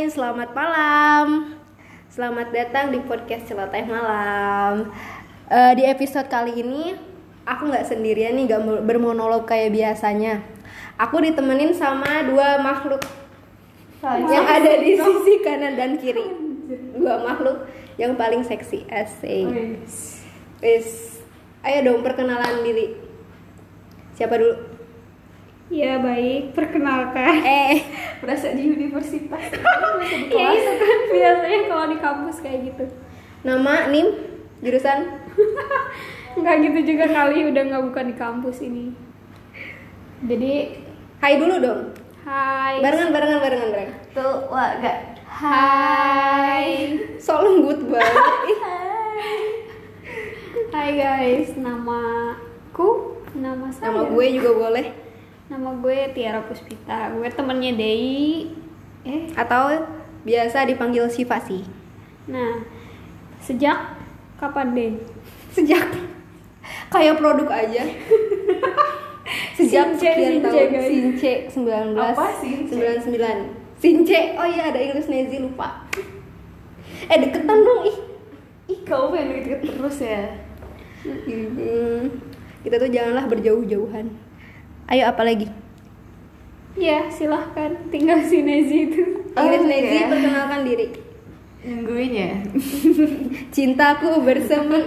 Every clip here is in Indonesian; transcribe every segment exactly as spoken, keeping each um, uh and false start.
selamat malam. Selamat datang di podcast Celoteh Malam. uh, Di episode kali ini aku gak sendirian nih, gak bermonolog kayak biasanya. Aku ditemenin sama dua makhluk yang ada di sisi kanan dan kiri. Dua makhluk yang paling seksi. Asik. Wis, ayo dong perkenalan diri. Siapa dulu? Ya baik, perkenalkan. Eh, berasa di universitas. Iya itu kan biasanya kalau di kampus kayak gitu. Nama, nim, jurusan? Enggak gitu juga kali, udah nggak bukan di kampus ini. Jadi, hai dulu dong. hai. Barengan, barengan, barengan, barengan. Tuh, wah gak. Hai. So lembut banget. Hai guys, namaku, nama saya. Nama gue juga boleh. Nama gue Tiara Puspita, gue temennya Dei. Eh, Atau biasa dipanggil Siva sih. Nah, sejak kapan Dei? Sejak kayak produk aja. Sejak Since, sekian Since, tahun guys. Since sembilan belas sembilan puluh sembilan. Since, oh iya ada Inggris Nezi lupa. Eh deketan dong ih. Ih, kau pengen deket terus ya? Hmm, kita tuh janganlah berjauh-jauhan. Ayo apa lagi? Ya silahkan, tinggal si Nezi itu. Inggris Oh, Nezi ya. perkenalkan diri. Nungguin ya. Cintaku bersemi.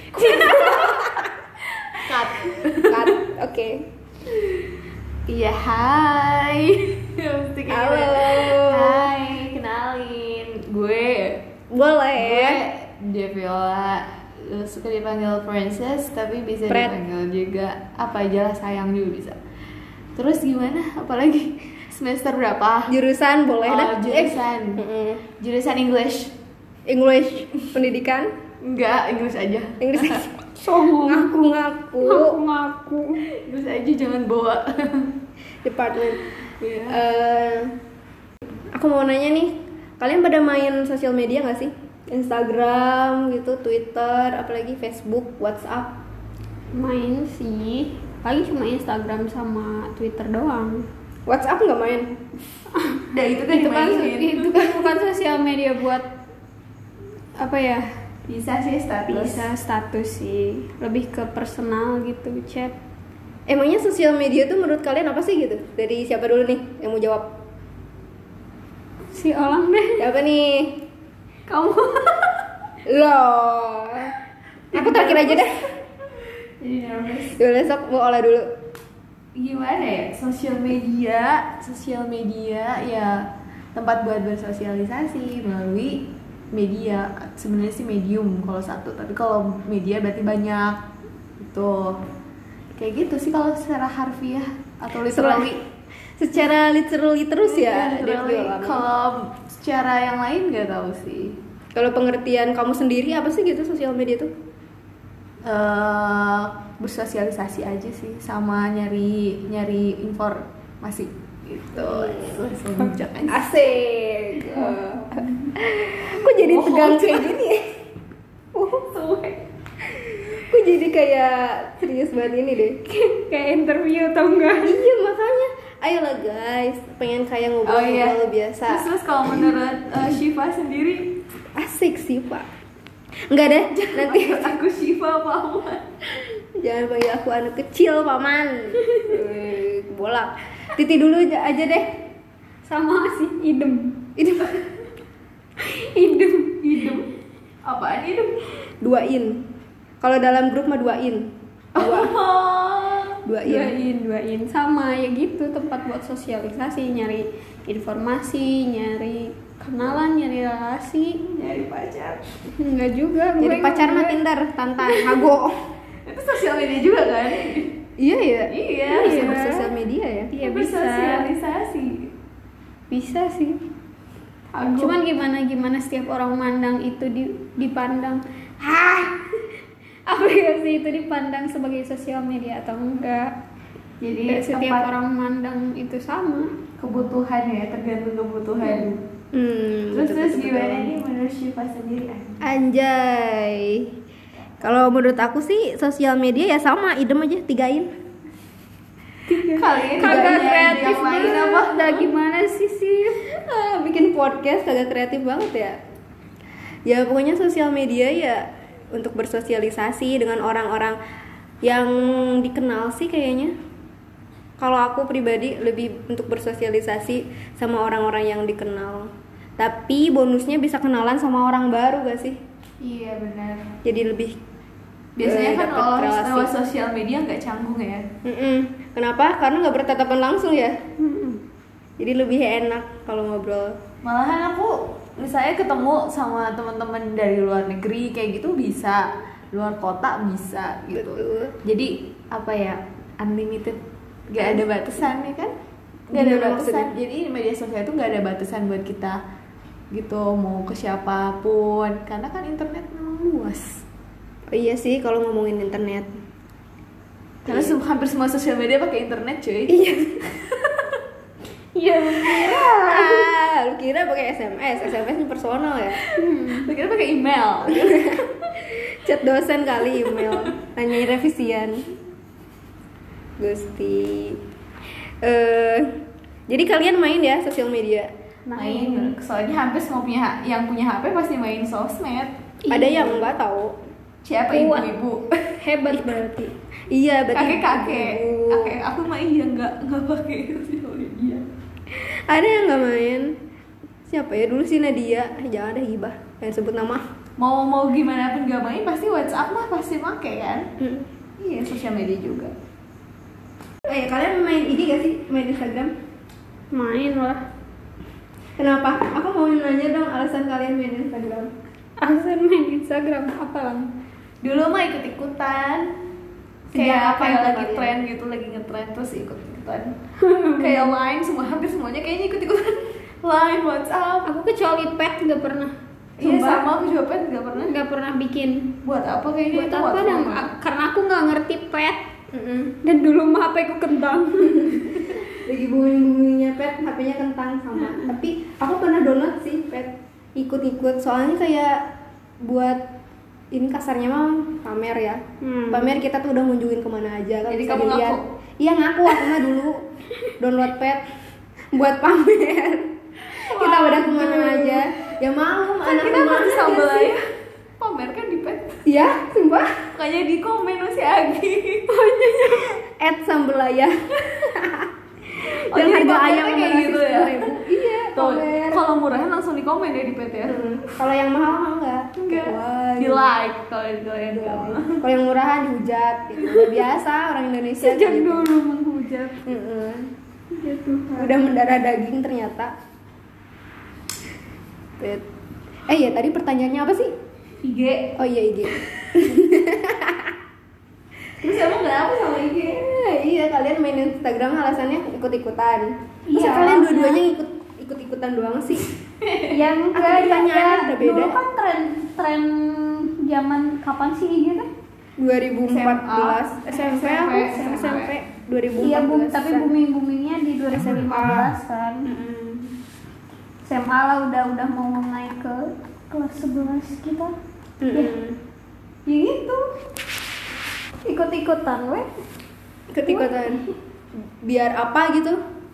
Cut. Cut. Oke. Iya, hai. Mesti kayak Halo. gitu. Hai, kenalin. Gue Boleh. gue Deviola, suka dipanggil Princess, tapi bisa Pret. dipanggil juga apa aja lah, sayang juga bisa. Terus gimana? Apalagi semester berapa? Jurusan boleh Oh, dah. jurusan. Eh, mm-mm. Jurusan English. English, pendidikan. Enggak, Inggris aja. Inggris. Songong. Ngaku-ngaku. Ngaku-ngaku. Inggris aja, jangan bawa. Department. Iya. Eh, aku mau nanya nih, kalian pada main sosial media nggak sih? Instagram gitu, Twitter, apalagi Facebook, WhatsApp. Main sih, paling cuma Instagram sama Twitter doang. WhatsApp nggak main? Dan itu kan Itu kan dimainin. itu kan bukan sosial media buat apa ya? Bisa sih status. Bisa status sih, lebih ke personal gitu, chat. Emangnya sosial media tuh menurut kalian apa sih gitu? Dari siapa dulu nih yang mau jawab? Si Olang deh. Siapa nih? Kamu. Loh. Aku terakhir aja deh. Jadi nervous. Dulu sok mau olah dulu. Gimana ya? Sosial media, sosial media ya tempat buat bersosialisasi melalui media. Sebenarnya sih medium kalau satu, tapi kalau media berarti banyak. Itu kayak gitu sih kalau secara harfiah atau literally. Secara literally terus ya. Literally. Deviola. Kalau secara yang lain nggak tahu sih. Kalau pengertian kamu sendiri apa sih gitu sosial media tuh? Eh, bersosialisasi aja sih, sama nyari nyari informasi gitu. Langsung bijak aja. Asik. Kok jadi tegang kayak gini ya? Kok jadi kayak serius banget ini deh. Kayak interview atau enggak? Iya makanya. Ayolah guys, pengen kayak Oh, iya. ngobrol-ngobrol biasa. Terus, terus kalau menurut uh, Shiva sendiri, Asik sih pak. Enggak deh, nanti aku Shiva apa Ahmad? jangan panggil aku anak kecil paman. Eh, Bola. Titi dulu aja aja deh. Sama sih, idem. Ini Idem. Hidup. Apaan hidup? duain. Kalau dalam grup mah duain. Dua. Duain. Duain, duain sama ya gitu, tempat buat sosialisasi, nyari informasi, nyari kenalan, nyari relasi. Nyari pacar. Enggak juga, gue Jadi pacar mah gue- Tinder, Tantan, Hago. Itu sosial media juga kan? Iya ya. Iya. Bisa bersosial media ya. Iya bisa. Bersosialisasi. Bisa sih. Aku. Cuman gimana gimana setiap orang mandang itu di, dipandang. Hah. Aplikasi itu dipandang sebagai sosial media atau enggak? Jadi Tidak setiap tempat orang mandang itu sama. kebutuhan ya, tergantung kebutuhan. Hmm, Terus betul, terus betul, gimana betul. nih menurut Shiva sendiri? Anjay. Kalau menurut aku sih sosial media ya sama, idem aja tigain. kalian juga Kagak ada kreatif yang lain banget. apa? Udah gimana sih sih? Ah, bikin podcast kagak kreatif banget ya. Ya pokoknya sosial media ya untuk bersosialisasi dengan orang-orang yang dikenal sih kayaknya. Kalau aku pribadi lebih untuk bersosialisasi sama orang-orang yang dikenal. Tapi bonusnya bisa kenalan sama orang baru gak sih? Iya benar. Jadi lebih Biasanya eh, kan dapet kalau relasi. lewat sosial media nggak canggung ya. Mm-mm. Kenapa? Karena nggak bertatapan langsung ya. Jadi lebih enak kalau ngobrol. Malahan aku misalnya ketemu sama teman-teman dari luar negeri kayak gitu bisa, luar kota bisa gitu. Betul. Jadi apa ya, unlimited, nggak ada batasan ya kan? Nggak ada Gimana batasan. maksudnya? Jadi media sosial itu nggak ada batasan buat kita gitu mau ke siapapun karena kan internet memang luas. Oh, iya sih kalau ngomongin internet. Karena Iya. sem- hampir semua sosial media pakai internet cuy. Iya. Iya. Ah, lu kira pakai S M S? S M S ini personal ya? Lu kira pakai email? Chat dosen kali email, nanyain revisian. Gusti. Eh, jadi kalian main ya sosial media? Main. Soalnya hampir semua punya yang punya H P pasti main sosmed. Ada yang enggak tahu. Siapa Kuat. ibu-ibu? Hebat berarti. Iya, berarti Kakek-kakek. ibu. Kakek aku mah iya nggak nggak pakai sosial media. Ada yang nggak main? Siapa ya dulu sih Nadia? Eh, jangan ada hibah. Yang sebut nama. Mau mau gimana pun nggak main pasti WhatsApp mah pasti pakai kan? Hmm. Iya sosial media juga. Eh, kalian main I G gak sih? Main Instagram? Main lah. Kenapa? Aku mau nanya dong alasan kalian main Instagram. Alasan main Instagram apa lang? Dulu mah ikut-ikutan. Sejak Kayak kapan kayak tuh lagi kalian? tren gitu, lagi ngetren terus ikut-ikutan. Kayak Line semua hampir semuanya kayaknya ikut-ikutan. Line, WhatsApp. Aku kecuali pet nggak pernah. Iya Sumpah. sama aku juga pet nggak pernah. Nggak pernah bikin. Buat apa kayaknya Buat itu apa buat dan mama. karena aku nggak ngerti pet Mm-mm. dan dulu mah H P ku kentang. Lagi booming-boomingnya pet, H P-nya kentang sama. Tapi aku pernah download sih pet, ikut-ikut. Soalnya kayak buat ini kasarnya mah pamer ya. Hmm. Pamer kita tuh udah ngunjungin kemana aja kan Jadi bisa kamu dilihat. ngaku? Iya ngaku aku mah dulu download pet buat pamer. Kita udah kemana aja. Ya malu Kan anak kita rumahan masih ya sambel sih. aja. Pamer kan di pet. Iya, sumpah. Makanya di komen masih Agi. At Sambelaya. Oh, Dan jadi harga pamernya ayam kayak sama gitu nasi ya? sepuluh ribu. Iya, Tuh, pamer. kalau murahan langsung di komen ya di pet ya. Hmm, Kalau yang mahal mah enggak. Enggak. Wah, Di gitu. like kalau kalau yang enggak mah. Kalau yang murahan dihujat gitu. Udah biasa orang Indonesia Sejak gitu. dulu menghujat. Mm-mm. Ya Tuhan. Udah mendarah daging ternyata. Tet. Eh ya tadi pertanyaannya apa sih? I G. Oh iya I G. Terus emang kenapa sama I G? Eh, iya kalian main Instagram alasannya ikut-ikutan. Masa Iya, kalian makanya. dua-duanya ikut ikut-ikutan doang sih? Yang enggak Aku pertanyaannya ya, udah beda. dulu kan tren tren zaman kapan sih I G kan? dua ribu empat belas S M S M P P, aku S M P. S M P dua ribu empat belas. Iya, boom, tapi booming boomingnya di dua ribu lima belas kan. Mm-mm. S M A lah udah udah mau naik ke kelas sebelas kita. Mm-mm. Ya gitu. Ikut-ikutan weh. Ikut-ikutan. Biar apa gitu?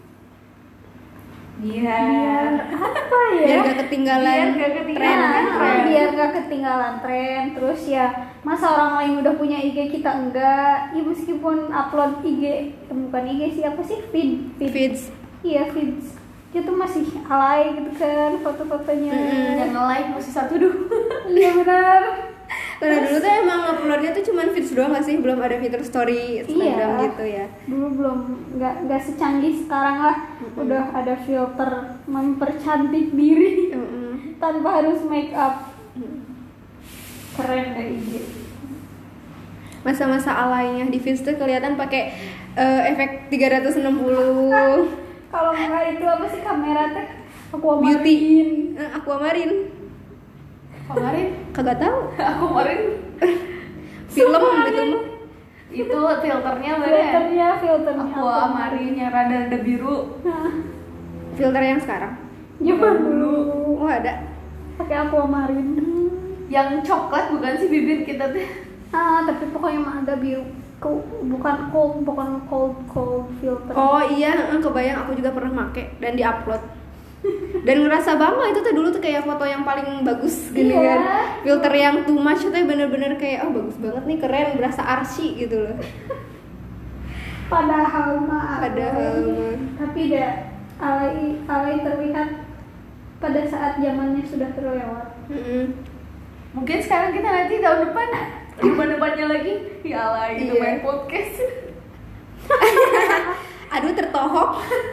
Biar Apa ya? Biar gak ketinggalan Biar gak ketinggalan tren kan? Nah, tren. biar gak ketinggalan tren. Terus ya masa orang lain udah punya I G kita enggak. Ya meskipun upload I G, eh, bukan I G sih apa sih feed feed. Feeds. Iya feeds. Itu masih alay gitu kan foto-fotonya. Mm-mm. yang nge-like masih satu dulu. Iya benar. Karena dulu tuh emang uploadnya tuh cuman feeds doang gak sih? Belum ada fitur story Instagram Iya. gitu ya. Dulu belum nggak nggak secanggih sekarang lah. Udah ada filter mempercantik diri Mm-mm. tanpa harus make up. Keren deh I G. Masa-masa alaynya di feeds tuh kelihatan pakai eh, efek tiga ratus enam puluh Kalau nggak itu apa sih kamera teh? Aku beauty. Eh, Aquamarine. Kemarin Kagak tahu. aku kemarin Film Sumpah, gitu ada. mah. itu filternya mana? Filternya filternya Aku amarin yang rada-rada biru. Filter yang sekarang. Nyoba dulu. Oh, ada. Pakai aquamarine. Yang coklat bukan sih bibir kita teh? Ah, tapi pokoknya mah agak biru Ko- bukan cold bukan cold cold filter. Oh iya, eh, kebayang, aku juga pernah make dan diupload. Dan ngerasa bangga itu tuh dulu tuh kayak foto yang paling bagus gini Iya. kan. Filter yang too much tuh bener-bener kayak oh bagus banget nih, keren, berasa artsy gitu loh. Padahal mah Padahal mah. tapi dah alay alay terlihat pada saat zamannya sudah terlewat. Mm-mm. Mungkin sekarang kita nanti tahun depan depan-depannya lagi ya lah gitu Iya. main podcast. Aduh tertohok.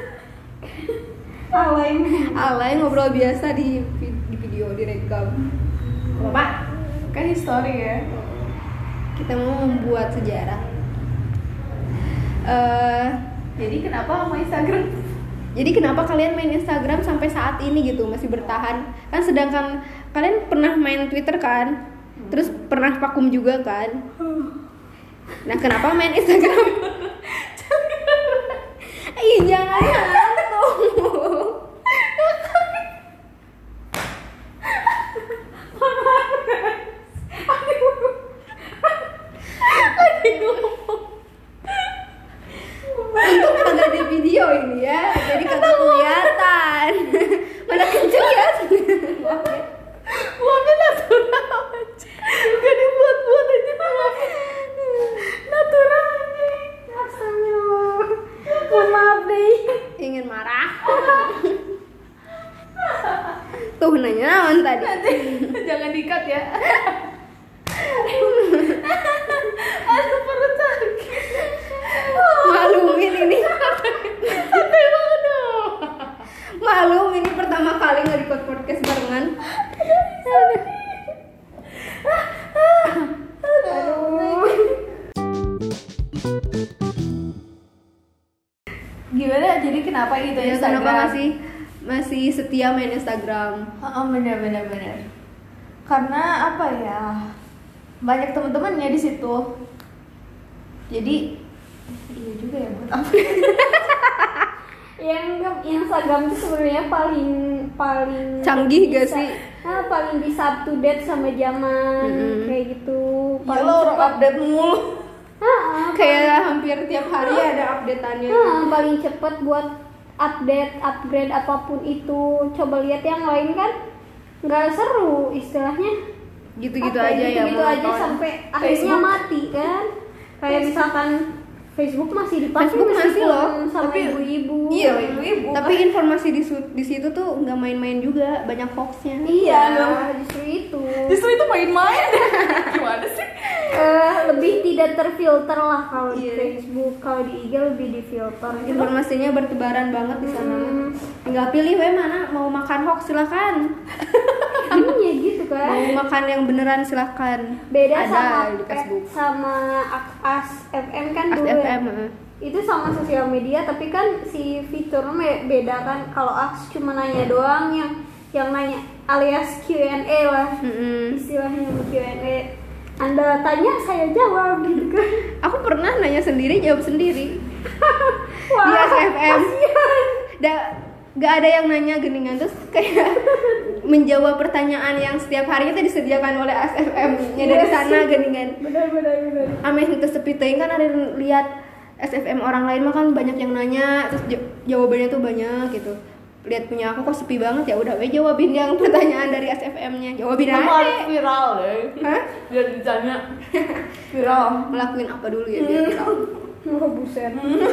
Alay. Alay ngobrol biasa di di video direkam. Bapak, Kan history ya. kita mau membuat sejarah. Eh, Jadi kenapa sama Instagram? jadi kenapa kalian main Instagram sampai saat ini gitu masih bertahan? Kan sedangkan kalian pernah main Twitter kan? Terus pernah vakum juga kan? Nah, kenapa main Instagram? Ih, jangan ngantuk. Untung kagak ada video ini ya, jadi kagak kelihatan. Mana kenceng ya? Maaf ya. Buatnya natural aja. Gak dibuat-buat aja. Natural aja. Astagfirullah. Mohon maaf deh. Ingin marah. Tuh nanya naon tadi. Jangan dikat ya. Aduh perut sakit. Malumin ini. Santai banget dong. Malum ini pertama kali nge-record podcast barengan. Gimana? Jadi kenapa gitu Ya, Instagram? kenapa masih masih setia main Instagram? Oh, benar benar benar. Karena apa ya? Banyak teman-temannya di situ. Jadi iya juga ya buat apa? Yang yang Instagram itu sebenarnya paling paling Canggih gak bisa- sih? Nah, paling bisa up to date sama zaman Mm-mm. kayak gitu. Ya Paling lo orang cepat. update mulu. Ah, Kayak hampir tiap hari ada update-annya. ah, paling cepet buat update, upgrade apapun itu. Coba lihat yang lain kan nggak seru istilahnya. Gitu-gitu Apa, aja ya. gitu-gitu aja monoton. sampai akhirnya Facebook. mati kan. Kayak misalkan Facebook masih dipakai Facebook masih meskipun loh, sama tapi- ibu-ibu. Iya, ibu-ibu. Tapi informasi di, su- di situ tuh nggak main-main juga, banyak hoaxnya. Iya, Iya. justru itu. Justru itu main-main. Gimana sih? Eh, lebih tidak terfilter lah kalau di Iya. Facebook, kalau di I G lebih difilter gitu. Informasinya bertebaran banget di sana. Hmm. Tinggal pilih we mana mau makan hoax silakan. Iya gitu kan. Mau makan yang beneran silakan. Beda Ada sama di Facebook. sama As F M kan As dulu F ya. M. heeh. Itu sama sosial media tapi kan si fiturnya me- beda kan. Kalau As cuma nanya doang, yang yang nanya alias Q and A lah Mm-mm. istilahnya Q and A. Anda tanya saya jawab gitu kan. Aku pernah nanya sendiri, jawab sendiri. Wah, Di S F M. kasihan. Da, gak ada yang nanya geningan terus kayak menjawab pertanyaan yang setiap harinya tuh disediakan oleh S F M-nya dari Iya sana sih. geningan. Benar benar benar. Ame itu sepi teuing kan ada lihat S F M orang lain mah kan banyak yang nanya terus ja- jawabannya tuh banyak gitu. Lihat punya aku kok sepi banget, ya udah we jawabin yang pertanyaan dari S F M-nya. Jawabin Kamu harus aja. viral deh. Hah? Biar ditanya viral. Ngelakuin apa dulu ya biar viral. Oh buset.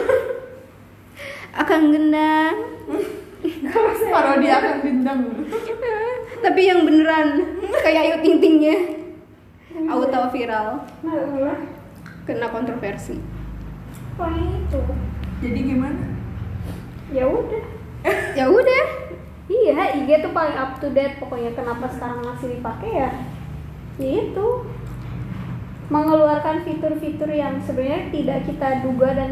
Akan gendang. Parodi akan bintang. Tapi yang beneran kayak Ayu Ting Tingnya. Auto viral, Nah, kena kontroversi. apa itu? Jadi gimana? Ya udah. Ya udah. Iya, I G tuh paling up to date pokoknya. Kenapa sekarang masih dipakai ya? Ya itu. Mengeluarkan fitur-fitur yang sebenarnya tidak kita duga dan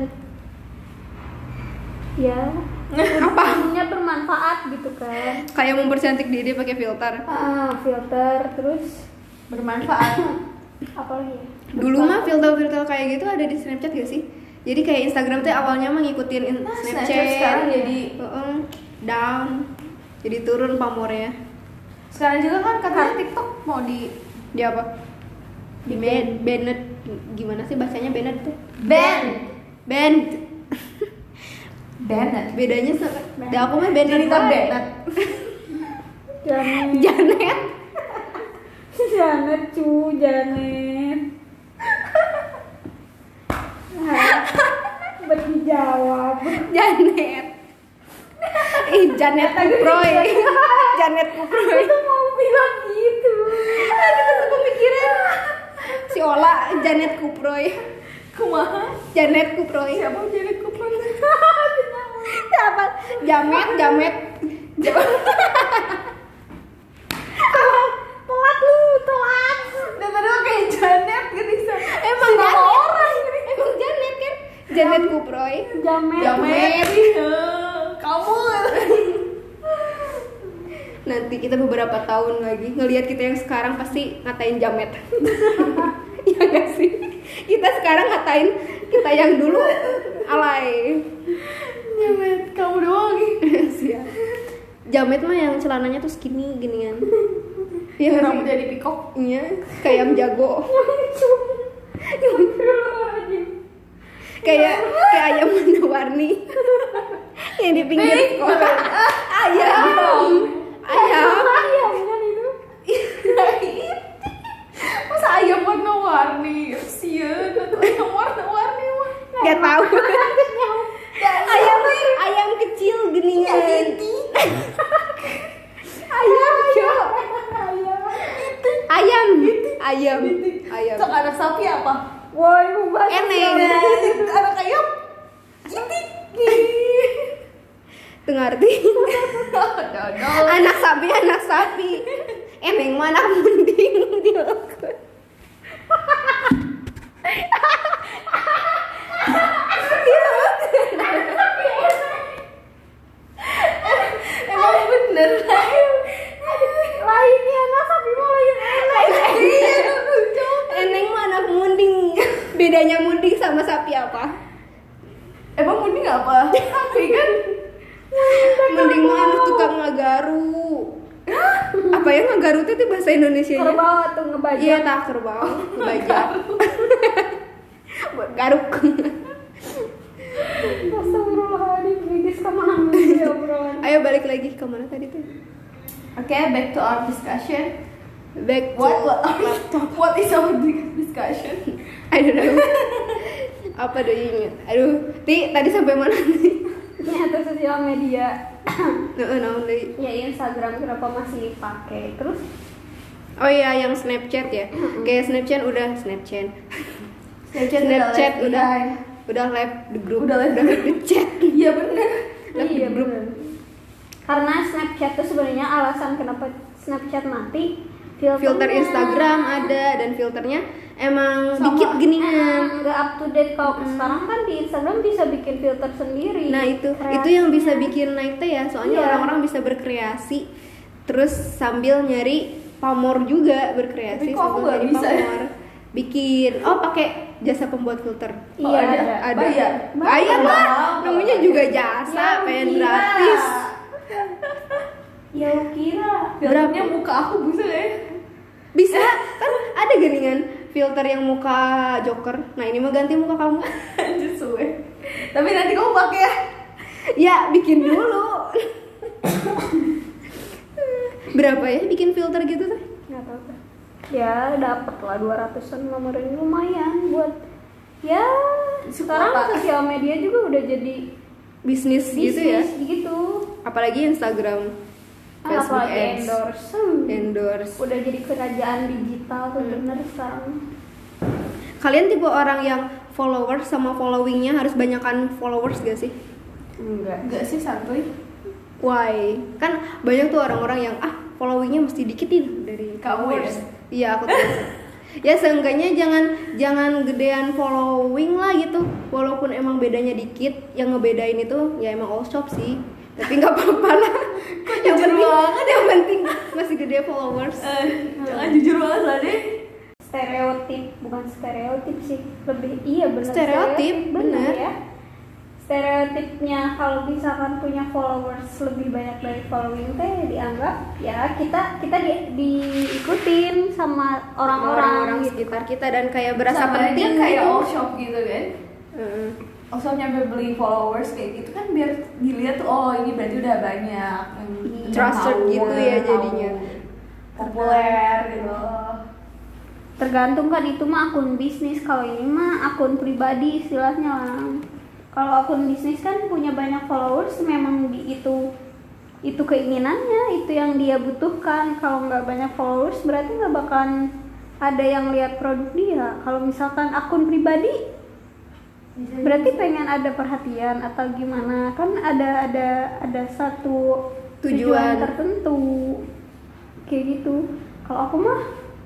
ya apa bermanfaat gitu kan. Kayak mempercantik diri pakai filter. Ah, filter terus Bermanfaat. apa lagi ya? Dulu mah filter-filter kayak gitu ada di Snapchat gak sih? Jadi kayak Instagram tuh awalnya mah ngikutin in- Nah, Snapchat, Snapchat sekarang jadi- Heeh, down, jadi turun pamornya. Sekarang juga kan katanya TikTok mau di Di apa? Di bed, banned. Gimana sih bacanya Bennett tuh? Band. Band. Bennett. Bedanya sama da aku mah Bennett. Cerita Bennett. Janet. Janet. Janet cu, Janet. Berjawab. Janet. Ih, Janet Kuproy. Janet Kuproy. Aku mau bilang gitu. Kita tuh kepikiran. Si Ola Janet Kuproy. Kumaha? Janet Kuproy. Siapa Janet Kuproy? Siapa? Jamet, Jamet. Telat lu, telat. Dan tadi lo kayak Janet gitu bisa. Emang Nama Janet. orang gitu. Emang Janet kan? Janet Kuproy. Jamet. Jamet. Iya. Kamu. Nanti kita beberapa tahun lagi ngelihat kita yang sekarang pasti ngatain Jamet. Ya gak sih? Kita sekarang ngatain kita yang dulu alay. Jamet, kamu doang gitu. Siap. Jamet mah yang celananya tuh skinny ginian. Iya nggak sih? Rambutnya di pikok. Iya, kayak ayam jago. kayak kayak ayam warna-warni yang di pinggir sekolah. Ayam. Ayam. Ayam kan itu. Masa ayam warna-warni? Sian, atau ayam warna-warni mah. Gak tahu. Ayam ayam kecil geningan. Ayam cok. Ayam. Ayam. Ayam. Cok, anak sapi apa? Woi, mau bahas Eneng. Anak ayam? Gitik. Tengarti. Dodol. Anak sapi, anak sapi. Eneng mah anak mending dilakukan. Emang bener. lainnya anak sapi mau lain enak. Eneng mah anak munding. Bedanya munding sama sapi apa? Emang mending apa? Sapi kan? Mending mah anak tukang ngagaru. Apa ya ngagaru itu bahasa Indonesianya? Kerbau atau ngebajak. Iya tak kerbau, bajak. Garuk. Astagfirullahaladzim, Gigis kemana nih ya obrolan. Ayo balik lagi ke mana tadi tuh? Oke, back to our discussion. Back to What what, what is our discussion? I don't know. Apa do you ingat? Aduh, Ti, tadi sampai mana nih? Ternyata sosial media. Heeh, naon deui? Ya Instagram kenapa masih dipakai? Terus Oh iya, yang Snapchat ya. Kayak Snapchat udah Snapchat. Snapchat, Snapchat udah udah live udah live the group, Udah live the chat. Iya bener. iya benar. Karena Snapchat tuh sebenarnya alasan kenapa Snapchat mati filternya. Filter Instagram ada dan filternya emang Sama. dikit geningan. nggak up to date. Kalau sekarang kan di Instagram bisa bikin filter sendiri. Nah itu itu Kreasinya. yang bisa bikin naik teh ya, soalnya Iya. orang-orang bisa berkreasi terus sambil nyari pamor juga berkreasi Tapi kok aku sambil nggak nyari bisa ya? pamor. Bikin oh pakai jasa pembuat filter. Iya Oh, ada. ada. Ada. Bayar. Bayar lah. Mahal. Namanya juga jasa, Ya, pengen gila. gratis. Ya lu kira. Filternya muka aku bisa ya. Bisa kan ada geningan filter yang muka Joker. Nah, ini mah ganti muka kamu. Anjir suwe. Tapi nanti kamu pakai ya. Ya, bikin dulu. Berapa ya bikin filter gitu tuh? Nggak apa-apa. Ya dapat lah dua ratusan nomor ini lumayan buat ya sekarang Apa? sosial media juga udah jadi Bisnis, gitu ya. bisnis gitu. Apalagi Instagram, Ah, Facebook apalagi Ads, endorse. Hmm. endorse. Udah jadi kerajaan digital tuh Hmm. bener sekarang. Kalian tipe orang yang followers sama followingnya harus banyakan followers gak sih? Enggak. Enggak sih santuy. Why? Kan banyak tuh orang-orang yang ah followingnya mesti dikitin dari Kamu ya? followers. Iya aku tahu. Ya seenggaknya jangan jangan gedean following lah gitu. Walaupun emang bedanya dikit, yang ngebedain itu ya emang all shop sih. Tapi nggak apa-apa lah. Yang jujur penting, banget? yang penting masih gede followers. Eh, jangan jujur banget lah deh. Stereotip bukan stereotip sih, lebih iya bener Stereotip, bener bener. ya. stereotipnya kalau misalkan punya followers lebih banyak dari following teh dianggap ya kita kita di, diikutin sama orang-orang orang-orang gitu. sekitar kita dan kayak berasa Sama aja penting kayak gitu. all shop gitu kan. Heeh. All shop nyampe beli followers kayak gitu kan biar dilihat tuh oh ini berarti udah banyak yang yang Trusted tahu, gitu yang ya tahu. jadinya. Populer gitu. Tergantung kan itu mah akun bisnis, kalau ini mah akun pribadi istilahnya lah. Kalau akun bisnis kan punya banyak followers memang di itu itu keinginannya, itu yang dia butuhkan. Kalau nggak banyak followers berarti nggak bakalan ada yang lihat produk dia. Kalau misalkan akun pribadi berarti pengen ada perhatian atau gimana, kan ada ada ada satu Tujuan. tertentu kayak gitu. Kalau aku mah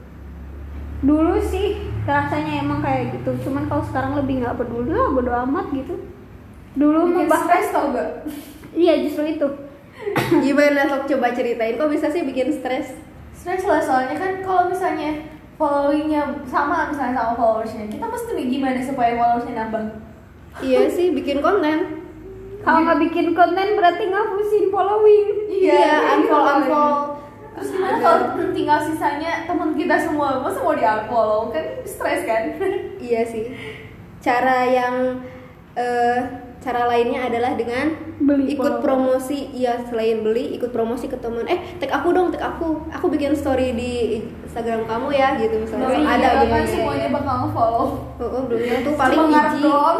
dulu sih rasanya emang kayak gitu, cuman kalau sekarang lebih nggak peduli lah, bodo amat gitu. Dulu mah Bikin bahkan stres tau gak? iya justru itu. Gimana Sok, coba ceritain kok bisa sih bikin stres? Stres lah soalnya kan kalau misalnya followingnya sama misalnya sama followersnya, kita mesti nih gimana supaya followersnya nambah? Iya sih, bikin konten. Kalau nggak bikin konten berarti ngapusin following. Iya, unfollow unfollow. Terus gimana kalau tinggal sisanya teman kita semua, masa mau di unfollow kan stres kan? Iya sih. Cara yang eh, cara lainnya adalah dengan Beli ikut follower. promosi. Iya, selain beli, ikut promosi ke teman. Eh, tag aku dong, tag aku. Aku bikin story di Instagram kamu ya, gitu misalnya. Belum ada iya, gitu. kan semuanya bakal nge-follow. Oh, oh, belum tentu paling Cuma ngarep hiji. doang.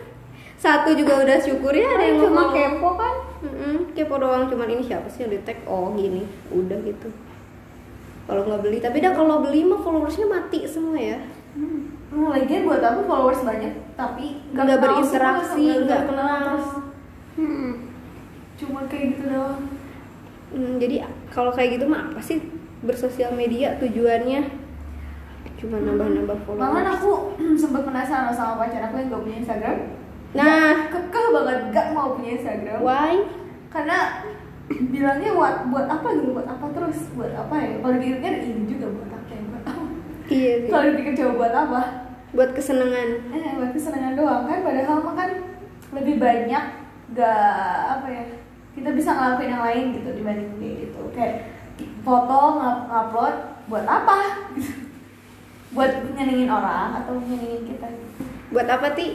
Satu juga udah syukur ya ada yang Cuma ngomong. kepo kan. Mm-mm, kepo doang, cuman ini siapa sih yang di tag? Oh gini, udah gitu. Kalau nggak beli, tapi dah kalau beli mah followersnya mati semua ya. Hmm, lagian buat aku followers banyak tapi Nggak kenal berinteraksi, semua, nggak nggak kenal kenal. terus Hmm. cuma kayak gitu doang. Hmm, jadi kalau kayak gitu mah apa sih bersosial media tujuannya? Cuma nambah-nambah followers. Malahan aku sempat penasaran sama pacar aku yang gak punya Instagram. Nah. Dia kekeh banget gak mau punya Instagram. Why? Karena bilangnya buat buat apa gitu, buat apa terus, buat apa ya? Kalau dipikir ini juga buat apa ya? Buat apa? Iya sih. Kalau dipikir coba buat apa? Buat kesenangan. Eh, buat kesenangan doang kan. Padahal mah kan lebih banyak gak apa ya? Kita bisa ngelakuin yang lain gitu dibanding kayak gitu. Kayak foto ng- ngupload buat apa? Gitu. Buat nyenengin orang atau nyenengin kita? Buat apa Ti?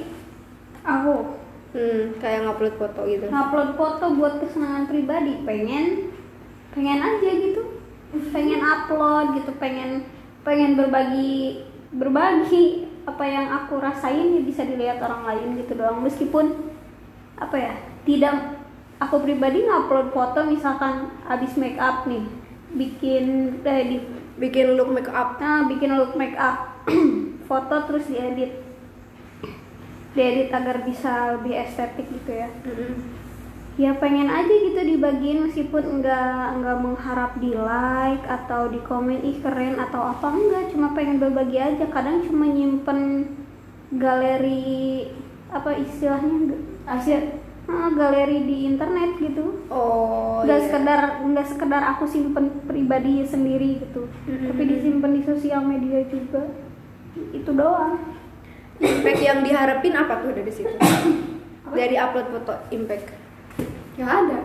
Aku Hmm, kayak ngupload foto gitu. ngupload foto buat kesenangan pribadi, pengen pengen aja gitu, pengen upload gitu, pengen pengen berbagi berbagi apa yang aku rasain ya bisa dilihat orang lain gitu doang. Meskipun apa ya, tidak, aku pribadi ngupload foto misalkan abis make up nih, bikin eh, di Bikin look make up. nah, bikin look make up foto terus diedit diedit agar bisa lebih estetik gitu ya. Mm-mm. Ya pengen aja gitu dibagiin, meskipun enggak enggak mengharap di like atau di komen ih keren atau apa, enggak, cuma pengen berbagi aja. Kadang cuma nyimpen galeri apa istilahnya Asyik. ah, galeri di internet gitu. Oh. Enggak iya. sekedar enggak sekedar aku simpen pribadi sendiri gitu, Mm-mm. tapi disimpan di sosial media juga. Itu doang. Impact yang diharapin apa tuh dari situ? Dari upload foto impact. Yang ada.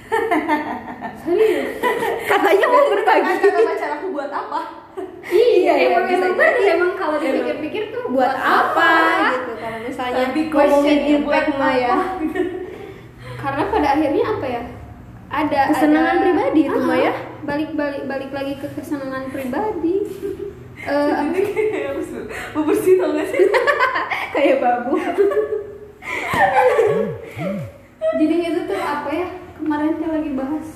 Serius. Katanya mau berbagi. Kata pacar aku buat apa? Iya, Iya, emang bisa emang jadi. bener, emang kalau Emang. dipikir-pikir tuh Buat apa gitu kalau misalnya Tapi ngomongin questionnya impact buat mah ya. apa? Karena pada akhirnya apa ya? Ada Kesenangan ada- pribadi itu, Ah, Mah, ya? Balik balik balik lagi ke kesenangan pribadi. Eh, Ini kayak bebersih tau gak sih? Kayak babu. jadi itu tuh apa ya? Kemarin tuh lagi bahas.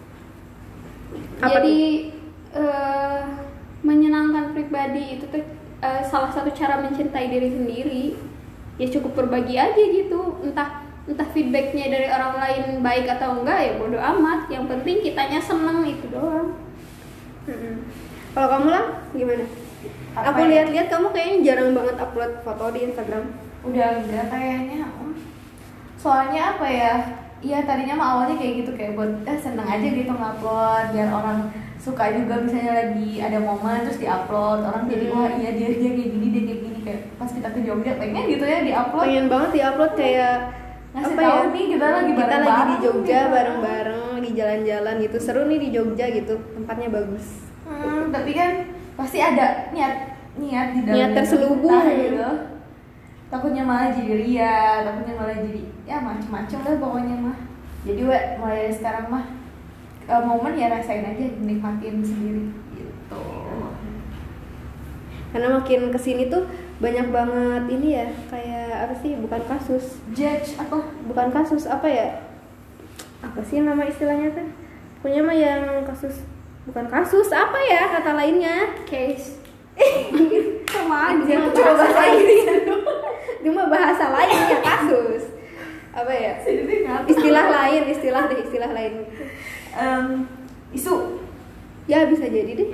Apa Jadi eh, menyenangkan pribadi itu tuh eh, salah satu cara mencintai diri sendiri. Ya cukup berbagi aja gitu. Entah entah feedbacknya dari orang lain baik atau enggak ya bodo amat. Yang penting kitanya seneng, itu doang. Mm-mm. Kalau kamu lah gimana? Apa Aku ya? lihat-lihat kamu kayaknya jarang banget upload foto di Instagram. Udah enggak kayaknya. Soalnya apa ya? Iya tadinya mah awalnya kayak gitu, kayak buat eh seneng aja gitu ngupload biar orang suka juga, misalnya lagi ada momen terus diupload, orang jadi Hmm. wah iya dia dia kayak gini dia kayak gini, kayak pas kita ke Jogja pengen gitu ya diupload. Pengen banget di-upload kayak ngasih apa tahu ya? nih kita lagi kita lagi di bareng-bareng Jogja gitu. bareng-bareng, lagi jalan-jalan gitu. Seru nih di Jogja gitu. Tempatnya bagus. Hmm, tapi kan pasti ada niat niat di dalam Niat terselubung. kita gitu. Takutnya malah jadi ria, takutnya malah jadi ya macem-macem lah pokoknya mah. Jadi we, mulai dari sekarang mah uh, momen ya rasain aja, nikmatin sendiri gitu. Karena makin kesini tuh banyak banget ini ya, kayak apa sih, bukan kasus, Judge apa? bukan kasus apa ya, apa sih nama istilahnya tuh, pokoknya mah yang kasus, bukan kasus, apa ya kata lainnya, Case. Sama aja. dia mah bahasa lain, dia mah bahasa lain ya, kasus apa ya, istilah lain, istilah deh, istilah lain. Um, isu. Ya bisa jadi deh.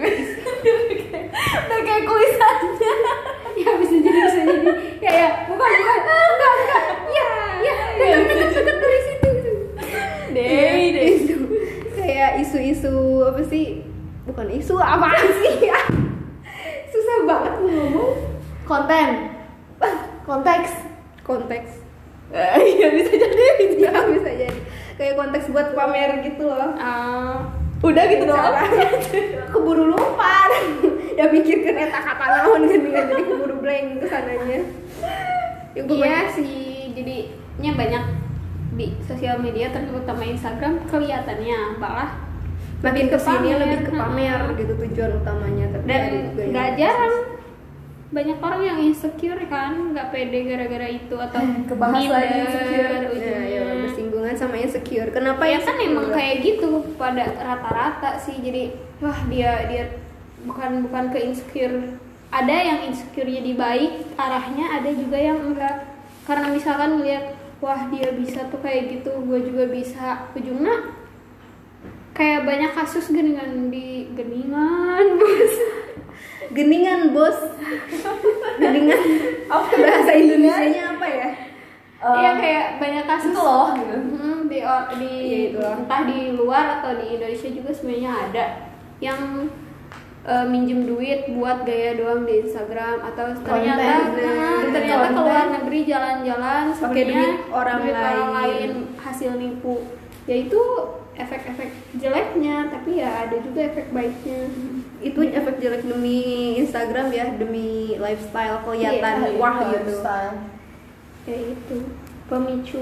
Udah kayak kuis aja. Ya bisa jadi bisa jadi. Ya ya, bukan bukan. Enggak enggak. Ya ya. Dekat-dekat dari situ. Deh, deh. Isu, kayak isu-isu apa sih, bukan isu, apaan sih ya, susah banget mau ngomong. Konten. Konteks. Konteks. Iya bisa jadi. Ya bisa jadi kayak konteks buat pamer gitu loh. Ah, Udah gitu doang. Keburu lupa. Ya pikirkan eta kata naon kan, jadi keburu blank kesananya. Ya, gua iya banyak- sih. Jadinya banyak di sosial media terutama Instagram kelihatannya malah makin ke kesini pamer. lebih ke pamer Hmm. gitu tujuan utamanya. Tapi Dan ada juga yang nggak kasus. jarang banyak orang yang insecure kan, nggak pede gara-gara itu atau Eh, kebahas lagi minder insecure. Ya, ujungnya. ya, bersinggungan sama insecure. Kenapa ya kan insecure? emang kayak gitu pada rata-rata sih. Jadi wah dia dia bukan bukan ke insecure, ada yang insecure jadi baik arahnya, ada juga yang enggak, karena misalkan ngeliat wah dia bisa tuh kayak gitu, gue juga bisa, ujungnya kayak banyak kasus geningan di geningan bos. Geningan bos. Geningan. Apa Bahasa Indonesianya apa ya? Iya kayak banyak kasus itu loh gitu. Hmm, di or- di Iya, itu loh. entah di luar atau di Indonesia juga sebenarnya ada yang eh, minjem duit buat gaya doang di Instagram, atau ternyata Konten. nah, Demi ternyata ke konten. luar negeri jalan-jalan Pakai sebenarnya duit orang duit orang lain. lain hasil nipu. Ya itu efek-efek jeleknya, tapi ya ada juga efek baiknya. Itu efek jelek demi Instagram ya, demi lifestyle kelihatan Iya, wah gitu. Lifestyle. Kayak itu pemicu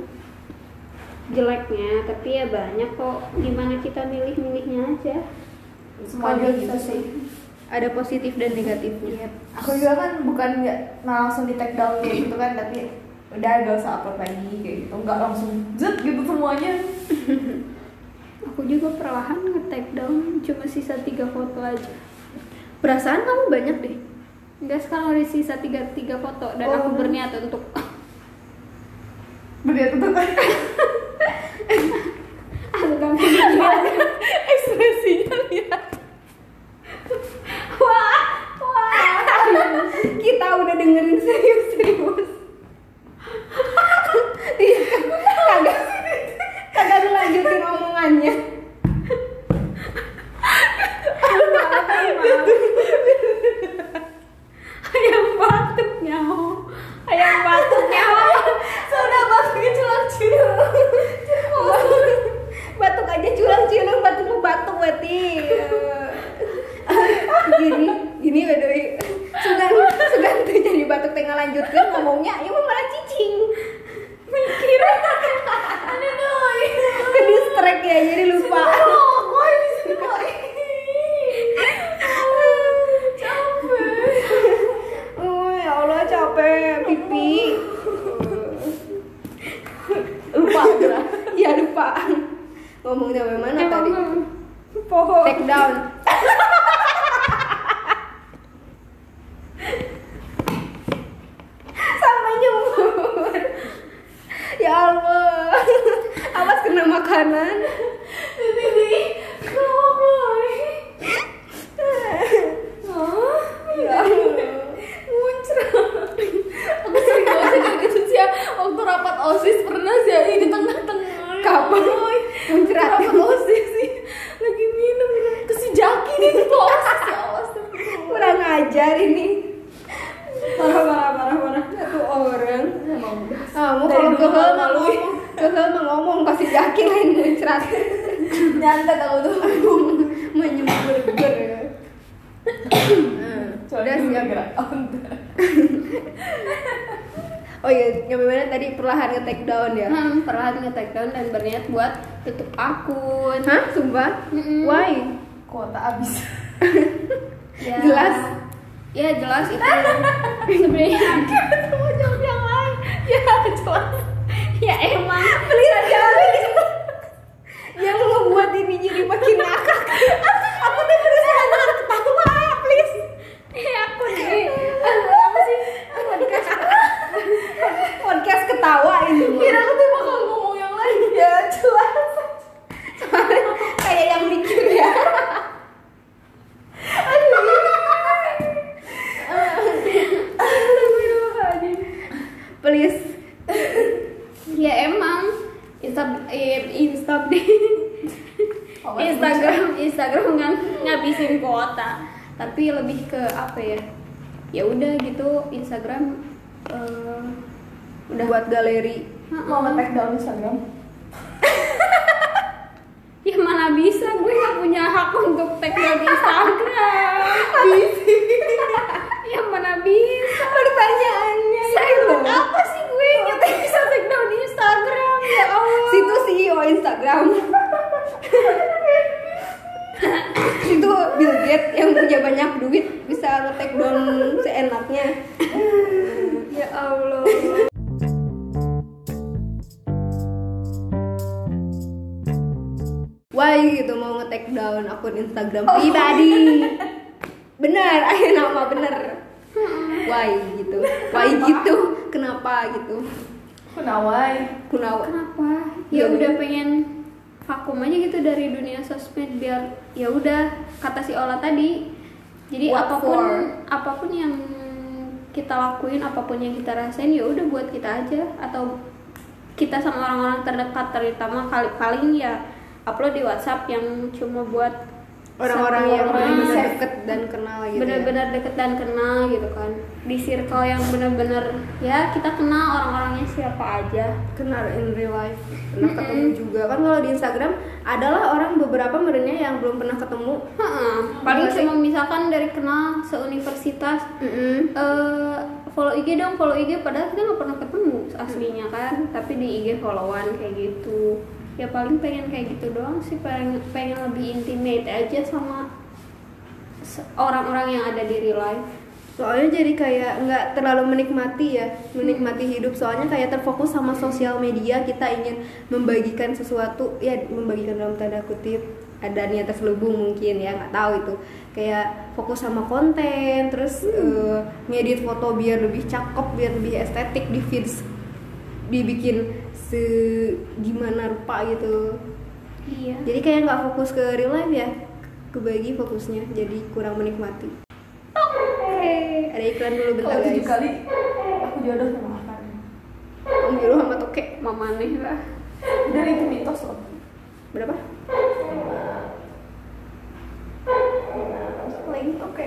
jeleknya, tapi ya banyak kok, gimana kita milih-milihnya aja. Semuanya Kalau gitu bisa sih. Ada positif dan negatifnya. Aku juga kan bukan nggak nah langsung di take down kayak gitu kan, tapi udah gak usah upload lagi kayak gitu, nggak langsung zet gitu semuanya. Aku juga perlahan nge-take down, cuma sisa tiga foto aja. Perasaan kamu banyak deh. Enggak, sekarang ada sisa tiga, tiga foto dan Oh. aku berniat untuk Berarti tuh kan aku kan lihat ekspresinya lihat. wah wah Kita udah dengerin serius-serius. Kagak kagak lanjutin omongannya. ayam batuk nyawa ayam batuk nyawa Sudah batuknya culang-culang. Batuk aja culang-culang, batuk mau batuk berarti. Gini, gini bedoi. Sugan, sugan tuh jadi batuk tengah lanjutkan ngomongnya, ya mau malah cicing. Mikir. Ada doi. Ke distract ya, jadi lupa. Oh, kok di sini kok. Capek. Oh ya Allah capek, pipi. Lupa gerak. Ya lupa. Ngomong sampai mana tadi? pohon Take down. Sampai nyembur. Ya Allah. Awas kena makanan. Ini ngomong. Oh, Ya Allah. muncrat. Aku sering banget sih kayak gitu sih ya. Waktu rapat OSIS pernah sih ya, di tengah-tengah. Kapan? Woy, Muncrat. rapat OSIS sih. Lagi minum ke si Jaki nih tuh OSIS ya Allah. Kurang ajar ini. parah parah parah parah Satu orang. Emang udah. Kamu Dari kalau dulu ke malu. ngomong Kaki lain muncrat. Nyantet aku tuh. Menyembur-ber. Nah, udah siap. gerak. Oh iya, nyampe mana tadi perlahan nge-take down ya? Hmm, perlahan nge-take down dan berniat buat tutup akun. Hah? Sumpah? Mm-mm. Why? Kuota habis. Ya, Jelas? Ya jelas itu sebenarnya. Mau jawab yang lain. Ya jelas. Ya emang. Please jangan yang ngebuat ini jadi makin ngakak. Aku tuh berusaha nahan ketawa, please. Eh aku nih. Apa sih? Podcast podcast ketawa ini. Kira aku tuh bakal ngomong yang lain. Ya jelas. Soalnya kayak yang mikir ya. Please. Ya emang Insta eh, Insta Instagram Instagram kan ngabisin kuota, tapi lebih ke apa ya? Ya udah gitu Instagram eh, udah Buat galeri. Mau nge-tag down Instagram. Ya mana bisa, gue gak punya hak untuk tag down Instagram. Ya mana bisa. Pertanyaannya Saya apa sih gue nyetek bisa tag down Instagram? Ya Allah. Situ C E O Instagram. Situ Bill Gates yang punya banyak duit bisa nge-take down seenaknya. Ya Allah. Why gitu mau nge-take down akun Instagram pribadi. Benar, ayo nama bener. Why gitu. Why gitu. Kenapa gitu. Kunawai. Kunawa. Kenapa? Ya udah pengen vakum aja gitu dari dunia sosmed biar ya udah kata si Ola tadi. Jadi What apapun for? apapun yang kita lakuin, apapun yang kita rasain ya udah buat kita aja atau kita sama orang-orang terdekat, terutama kali paling ya upload di WhatsApp yang cuma buat Orang-orang satu yang orang benar-benar yang deket dan kenal gitu. benar-benar deket dan kenal gitu kan, di circle yang benar-benar ya kita kenal orang-orangnya siapa aja. ya. Kenal in real life. Pernah ketemu juga kan kalau di Instagram adalah orang beberapa merenya yang belum pernah ketemu. Heeh, paling Iya sih. cuma misalkan dari kenal seuniversitas, Mm-mm. eh follow I G dong, follow I G padahal kita nggak pernah ketemu aslinya kan, tapi di I G followan kayak gitu. Ya paling pengen kayak gitu doang sih, pengen pengen lebih intimate aja sama se- orang-orang yang ada di real life. Soalnya jadi kayak nggak terlalu menikmati ya, menikmati hidup. Soalnya kayak terfokus sama sosial media, kita ingin membagikan sesuatu, ya membagikan dalam tanda kutip, ada niat terselubung mungkin ya, nggak tahu itu. Kayak fokus sama konten, terus eh, ngedit foto biar lebih cakep, biar lebih estetik di feeds, dibikin se gimana rupa gitu. Iya. Jadi kayak nggak fokus ke real life ya, kebagi fokusnya, jadi kurang menikmati. Oke. Ada iklan dulu bentar Kalau tujuh guys. kali aku jodoh sama Afan. Om Biru sama Toke Mama nih lah. Dan itu mitos loh. berapa? Lagi oke.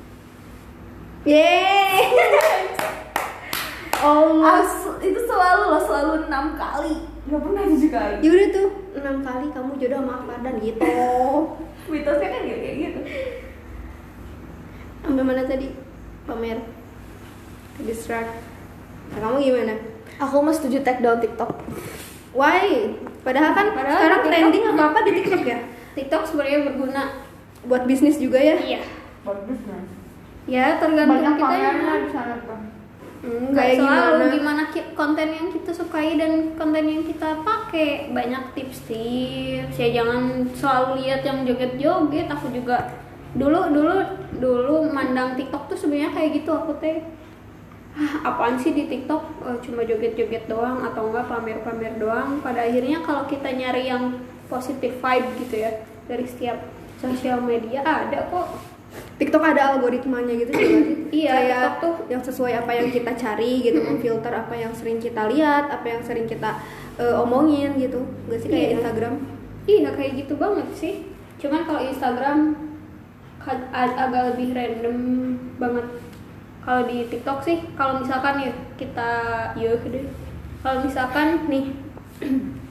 Yeay. Almost. As, itu selalu loh, selalu enam kali. Gak pernah tujuh kali. Ya udah tuh enam kali kamu jodoh sama Fardan gitu. Mitosnya kan gak kayak gitu. Sampai mana tadi? Pamer. Distract. Nah, kamu gimana? Aku mah setuju take down TikTok. Why? Padahal kan Padahal sekarang TikTok- trending apa-apa di TikTok ya. TikTok sebenarnya berguna. Buat bisnis juga ya. Iya. Bagus kan? Ya tergantung Banyak kita pamernya ya. di sana tuh. Enggak Kayak selalu gimana? gimana ki- konten yang kita sukai dan konten yang kita pakai. Banyak tips-tips. Ya jangan selalu lihat yang joget-joget. Aku juga dulu dulu dulu mandang TikTok tuh sebenarnya kayak gitu aku teh. Ah, apaan sih di TikTok eh, cuma joget-joget doang atau enggak pamer-pamer doang. Pada akhirnya kalau kita nyari yang positive vibe gitu ya dari setiap sosial media ada kok. TikTok ada algoritmanya gitu juga sih. Iya, Kayak TikTok tuh. yang sesuai apa yang kita cari gitu, memfilter apa yang sering kita lihat, apa yang sering kita eh, omongin gitu. Gak sih kayak Iya. Instagram? Iya kayak gitu banget sih. Cuman kalau Instagram ka- ag- agak lebih random banget. Kalau di TikTok sih, kalau misalkan ya kita yuk deh. Kalau misalkan nih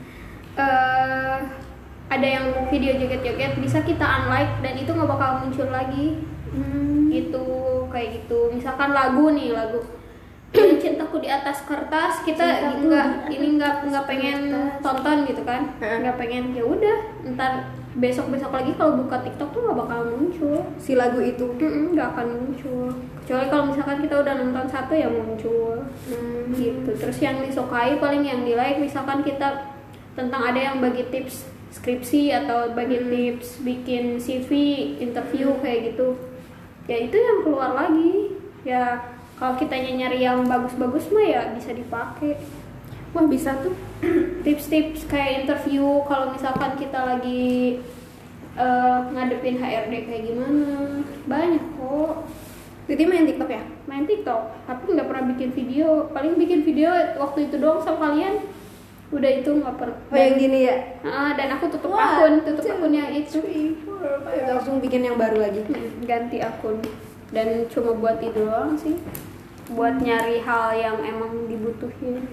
eh ada yang video joget-joget bisa kita unlike dan itu nggak bakal muncul lagi. Hmm. Gitu, kayak gitu. Misalkan lagu nih, lagu Yang Cintaku di Atas Kertas, kita Cintaku nggak di ini nggak nggak pengen kertas. tonton gitu kan, nggak pengen, ya udah ntar besok besok lagi kalau buka TikTok tuh nggak bakal muncul Si lagu itu. Mm-mm, nggak akan muncul kecuali kalau misalkan kita udah nonton satu ya muncul. Hmm. Gitu. Terus yang disukai paling yang di like, misalkan kita tentang ada yang bagi tips skripsi atau bagi Hmm. tips bikin C V, interview kayak gitu, ya itu yang keluar lagi. Ya kalau kitanya nyari yang bagus-bagus mah ya bisa dipakai. Wah, bisa tuh. Tips-tips kayak interview kalau misalkan kita lagi eh, ngadepin H R D kayak gimana, banyak kok. Titi main TikTok ya? Main TikTok tapi nggak pernah bikin video, paling bikin video waktu itu doang sama kalian, udah itu nggak pernah. Oh, yang gini ya? Ah, dan aku tutup One, akun, tutup two, akun yang itu. three, four, five. Langsung bikin yang baru lagi. Hmm, ganti akun dan cuma buat itu doang sih, buat nyari hal yang emang dibutuhin,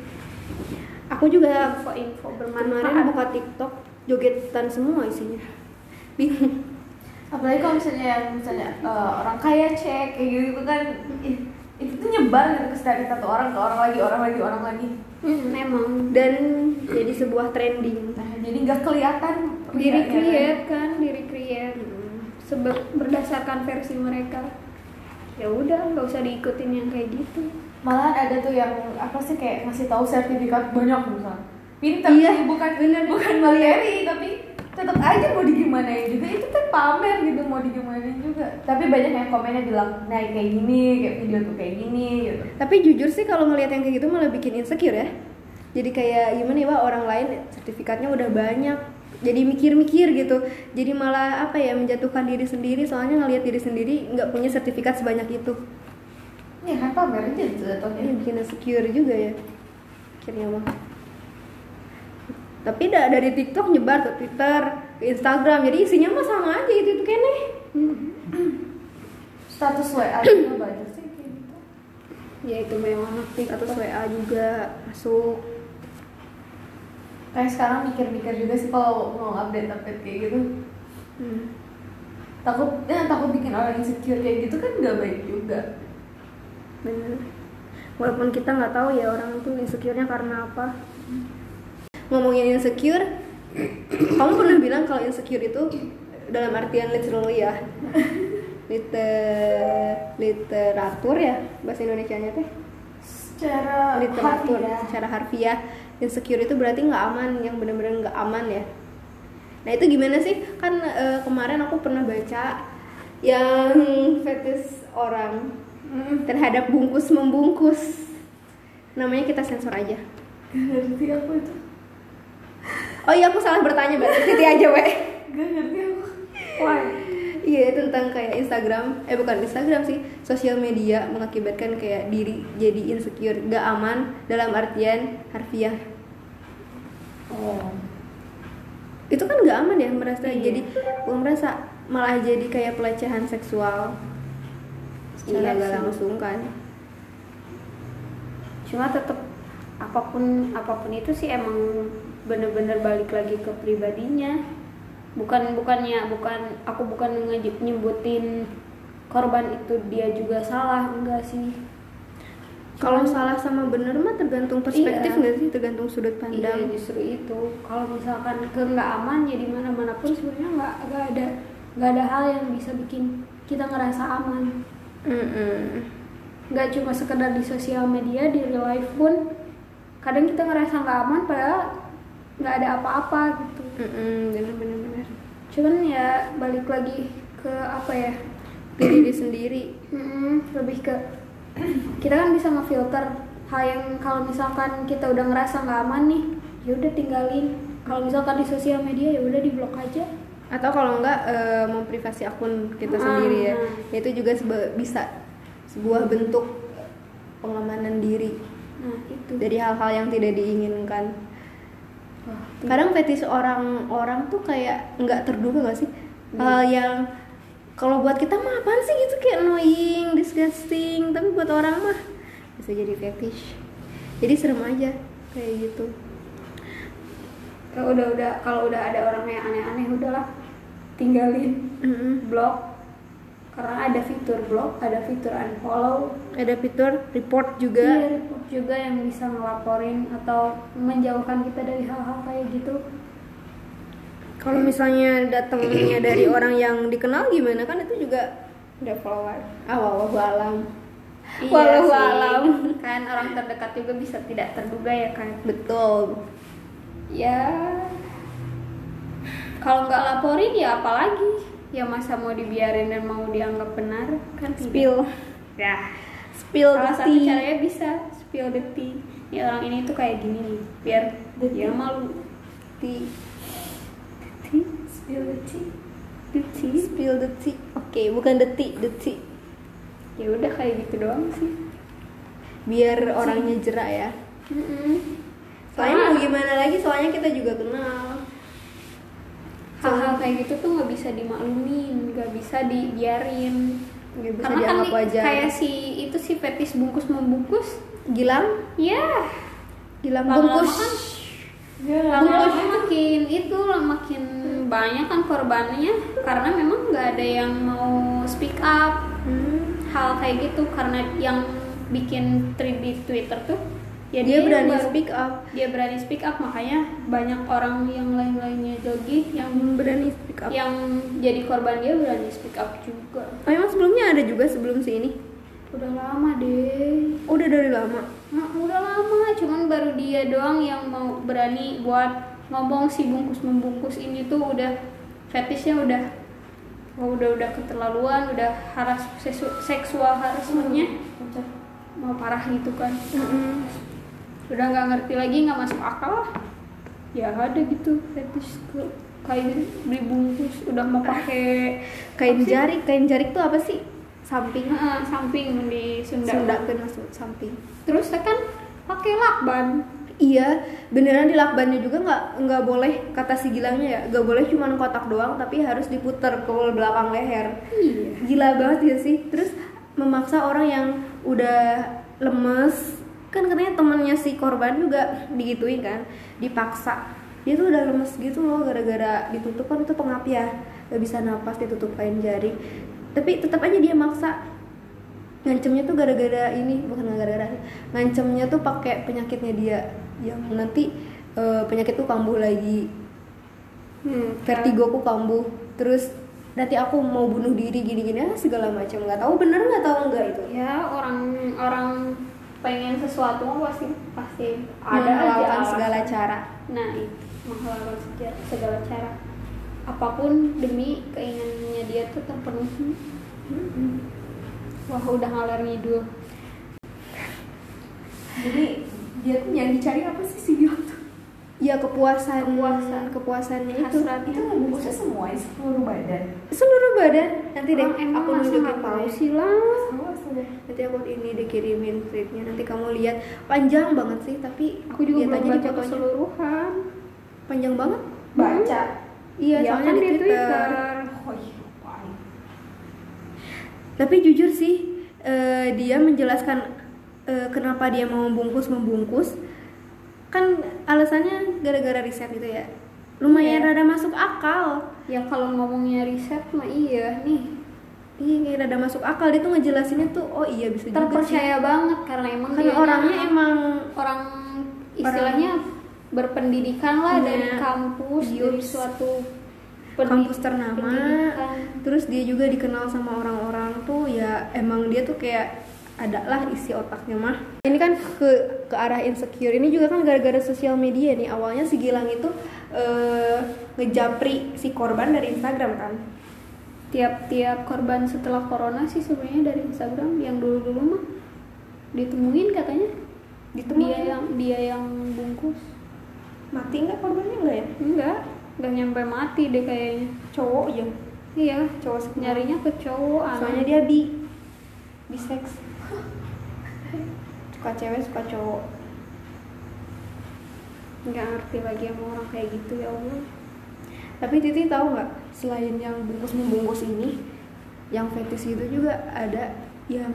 Aku juga info-info kemarin bermanfaat. buka TikTok jogetan semua isinya. Bingung. Apalagi kalau misalnya yang misalnya eh, orang kaya cek kayak gitu kan, ih, itu tuh nyebar gitu ke dari satu orang ke orang lagi, orang lagi, orang lagi. Hmm, emang Dan jadi sebuah trending. Nah, jadi nggak kelihatan diri riaknya, create kan, diri create Hmm. Sebe- berdasarkan versi mereka. Ya udah nggak usah diikutin yang kayak gitu. Malahan ada tuh yang apa sih kayak ngasih tahu sertifikat banyak misalnya. Pinter Iya, sih, bukan bener. bukan materi tapi tetap aja mau digimanain juga, itu kan pamer gitu, mau digimanain juga. Tapi banyak yang komennya bilang, nah kayak gini, kayak video tuh kayak gini gitu. Tapi jujur sih kalau ngelihat yang kayak gitu malah bikin insecure ya. Jadi kayak gimana ya, Wak, orang lain sertifikatnya udah banyak. Jadi mikir-mikir gitu. Jadi malah apa ya, menjatuhkan diri sendiri soalnya ngelihat diri sendiri nggak punya sertifikat sebanyak itu. Ya kan pamer aja tuh jatuhnya. Ini bikin insecure juga ya. Akhirnya mah. Tapi da- dari TikTok nyebar ke Twitter, ke Instagram. Jadi isinya mah sama aja itu itu kene. Status W A juga banyak sih kayak gitu. Ya itu memang Status W A juga masuk. Kayak sekarang mikir-mikir juga sih kalau mau update-update kayak gitu. Hmm. Takut, ya, takut bikin orang insecure kayak gitu kan nggak baik juga. Bener. Walaupun kita nggak tahu ya orang itu insecure-nya karena apa. Ngomongin insecure, kamu pernah bilang kalau insecure itu dalam artian literally ya, liter literatur ya bahasa Indonesianya teh. Secara Literatur, harfiah. secara harfiah, insecure itu berarti nggak aman, yang benar-benar nggak aman ya. Nah itu gimana sih? Kan eh, kemarin aku pernah baca yang fetish orang terhadap bungkus membungkus. Namanya kita sensor aja. Gak ngerti aku itu. Oh iya, aku salah bertanya, berarti Siti aja weh. Gak ngerti aku. why Iya, itu tentang kayak Instagram, eh bukan Instagram sih, sosial media mengakibatkan kayak diri jadi insecure, gak aman dalam artian harfiah. Oh. Itu kan gak aman ya, merasa Iya. jadi bukan merasa, malah jadi kayak pelecehan seksual secara Iya gak sih. langsung kan. Cuma tetap apapun apapun itu sih emang bener-bener balik lagi ke pribadinya. Bukan bukannya bukan aku bukan nge- nyebutin korban itu dia juga salah, enggak sih. Kalau Cuman- salah sama bener mah tergantung perspektif Iya. nggak sih, tergantung sudut Iya pandang. justru itu. Kalau misalkan ke nggak aman ya di mana manapun sebenarnya nggak nggak ada nggak ada hal yang bisa bikin kita ngerasa aman. Mm-mm. Nggak cuma sekedar di sosial media, di real life pun kadang kita ngerasa nggak aman padahal nggak ada apa-apa gitu. Mm-mm, bener-bener bener. Cuman ya balik lagi ke apa ya, Ke diri sendiri. mm, lebih ke kita kan bisa ngefilter hal yang kalau misalkan kita udah ngerasa nggak aman nih, ya udah tinggalin. Kalau misalkan di sosial media ya udah diblok aja. Atau kalau enggak eh, memprivasi akun kita Ah, sendiri ya. nah. Itu juga seba- bisa sebuah bentuk pengamanan diri Nah itu. dari hal-hal yang tidak diinginkan. Kadang fetish orang-orang tuh kayak nggak terduga nggak sih? Hal yang kalau buat kita mah apaan sih gitu, kayak annoying, disgusting, tapi buat orang mah bisa jadi fetish. Jadi serem aja kayak gitu. Kalau udah udah kalau udah ada orang yang aneh-aneh udahlah tinggalin, Mm-mm. blok. Karena ada fitur blok, ada fitur unfollow, Ada fitur report juga. iya, report juga yang bisa ngelaporin atau menjauhkan kita dari hal-hal kayak gitu. Kalau misalnya datangnya dari orang yang dikenal gimana, kan itu juga udah follower. Ah, wallahu alam. Iya Wallahu sih. alam. Kan orang terdekat juga bisa tidak terduga ya kan. Betul. Ya kalau nggak laporin ya apalagi, ya masa mau dibiarin dan mau dianggap benar kan tidak. Spill. Ya Spill salah the satu tea. caranya bisa spill the tea. Ya orang ini tuh kayak gini nih biar dia malu. Tea. Tea, spill the tea. The tea. Spill the tea. Oke, bukan the tea, the tea. Ya udah kayak gitu doang sih. Biar orangnya jerak ya. Mm-mm. Soalnya Karena mau gimana lagi, soalnya kita juga kenal. hal-hal kayak gitu tuh nggak bisa dimaklumin, nggak bisa dibiarin. Nggak bisa Karena kan dianggap nih, wajar. kayak si itu si fetis bungkus membungkus, Gilang, ya Gilang lama-lama bungkus. kan lama-lama makin itu makin banyak kan korbannya karena memang nggak ada yang mau speak up Hmm. hal kayak gitu. Karena yang bikin thread di Twitter tuh ya Dia berani baru- speak up. dia berani speak up, makanya banyak orang yang lain-lainnya jogi yang Berani speak up. yang jadi korban dia berani speak up juga. Oh, emang sebelumnya ada juga sebelum si ini? Udah lama deh. Udah dari lama. Nah, udah lama, cuman baru dia doang yang mau berani buat ngomong si bungkus membungkus ini tuh udah fetishnya udah oh, udah udah keterlaluan, udah haras seksu- seksual harassmentnya mau parah gitu kan. Udah nggak ngerti lagi, nggak masuk akal lah. Ya ada gitu fetish ke kain dibungkus, udah mau pakai Kain apa sih? jarik, kain jarik tuh apa sih? Samping. Nah, samping di Sunda. Sundakeun masuk samping. Terus kan pakai lakban. Iya, beneran di lakbannya juga nggak nggak boleh, kata si Gilangnya ya, nggak boleh cuman kotak doang, tapi harus diputer ke belakang leher. Iya. Gila banget ya sih. Terus memaksa orang yang udah lemes, kan katanya temennya si korban juga digituin kan, dipaksa. Dia tuh udah lemes gitu loh, gara-gara ditutup kan itu pengap ya, nggak bisa napas, ditutup kain jarik. Tapi tetap aja dia maksa. Ngancemnya tuh gara-gara ini, bukan gara-gara, ngancemnya tuh pakai penyakitnya dia yang nanti eh, penyakit tuh kambuh lagi, Hmm, vertigo ku kambuh, terus nanti aku mau bunuh diri gini-gini ah, segala macam. Nggak tahu bener nggak tahu nggak itu. ya orang orang pengen sesuatu mah pasti pasti ada aja Melakukan alasan. segala cara. Nah itu melakukan seja- segala cara apapun demi keinginannya dia tuh terpenuhi. Wah udah ngalir ngidul. Jadi dia tuh yang dicari apa sih si Gilang tuh? Ya kepuasan, Kepuasan. kepuasannya itu Hasratnya Itu ngebungkusnya semua seluruh badan. seluruh badan. Nanti deh Orang emang aku masa nunjukin nggak tahu kamu. sih lah. Awas udah. Nanti aku ini dikirimin tweetnya, nanti kamu lihat, panjang banget sih, tapi Aku juga lihat belum aja di baca fotonya. keseluruhan. Panjang banget. Baca. Iya, Ya soalnya kan di Twitter. Oh iya, lupain. Tapi jujur sih, eh, dia menjelaskan eh, kenapa dia mau membungkus membungkus, kan alasannya gara-gara riset gitu ya. Lumayan Iya. rada masuk akal. Ya kalau ngomongnya riset mah iya nih. Iya, kayak rada masuk akal. Dia tuh ngejelasinnya tuh, oh iya bisa juga sih. Terpercaya banget karena emang Karena dianya orangnya emang orang istilahnya berpendidikan lah Iya. dari kampus, Yups. dari suatu pendi- kampus ternama. pendidikan. Terus dia juga dikenal sama orang-orang tuh ya, emang dia tuh kayak ada lah isi otaknya mah. Ini kan ke ke arah insecure. Ini juga kan gara-gara sosial media nih. Awalnya si Gilang itu eh, ngejapri si korban dari Instagram kan. Tiap-tiap korban setelah corona sih sebenarnya dari Instagram yang dulu-dulu mah ditemuin katanya. Ditemuin. Dia yang dia yang bungkus. Mati nggak korbannya nggak ya? Enggak, enggak nyampe mati deh kayaknya. Cowok ya. Iya, Cowok semua. nyarinya ke cowok. Soalnya dia bi bisex. Suka cewek suka cowok. nggak ngerti lagi sama orang kayak gitu ya Allah. Tapi Titi tahu nggak, selain yang bungkus membungkus ini, yang fetish itu juga ada yang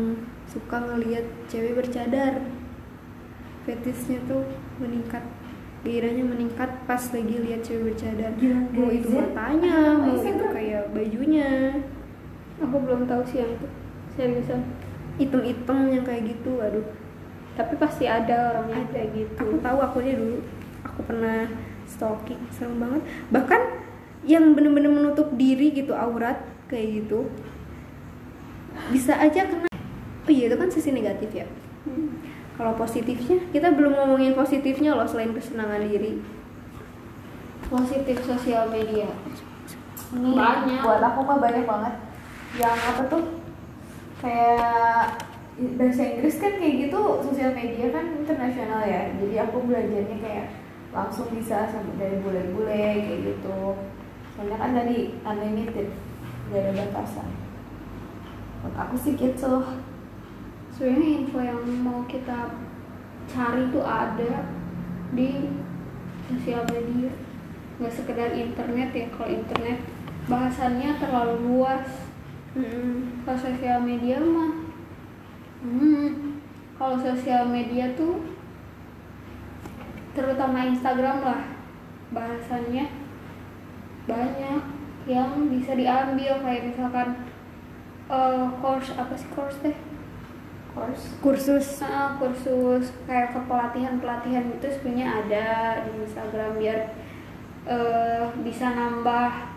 suka ngelihat cewek bercadar. Fetishnya tuh meningkat. gairahnya meningkat pas lagi lihat cewek bercadar. Gila, Mau itu guys. matanya, mau itu kayak bajunya, Aku belum tahu sih yang itu. Seriusan. item-item yang kayak gitu. Aduh, Tapi pasti ada orangnya ada kayak gitu. aku tahu akunnya dulu, aku pernah stalking, serem banget. Bahkan yang bener-bener menutup diri gitu, aurat kayak gitu, bisa aja kena. Oh iya, itu kan sisi negatif ya. Hmm. Kalau positifnya, kita belum ngomongin positifnya loh selain kesenangan diri. Positif sosial media. Ini Banyak. buat aku mah banyak banget. Yang apa tuh? Kayak bahasa Inggris kan kayak gitu, sosial media kan internasional ya. Jadi aku belajarnya kayak langsung bisa sampai dari bule-bule kayak gitu. Soalnya kan dari unlimited, gak ada batasan. Buat aku sih gitu. Sebenarnya info yang mau kita cari tuh ada di sosial media, nggak sekedar internet ya. Kalau internet bahasannya terlalu luas. Mm-mm. Kalau sosial media mah, hmm, kalau sosial media tuh terutama Instagram lah, bahasannya banyak yang bisa diambil, kayak misalkan eh, course apa sih course deh Course. Kursus. Nah, kursus kayak kepelatihan-pelatihan itu sebenarnya ada di Instagram biar eh, bisa nambah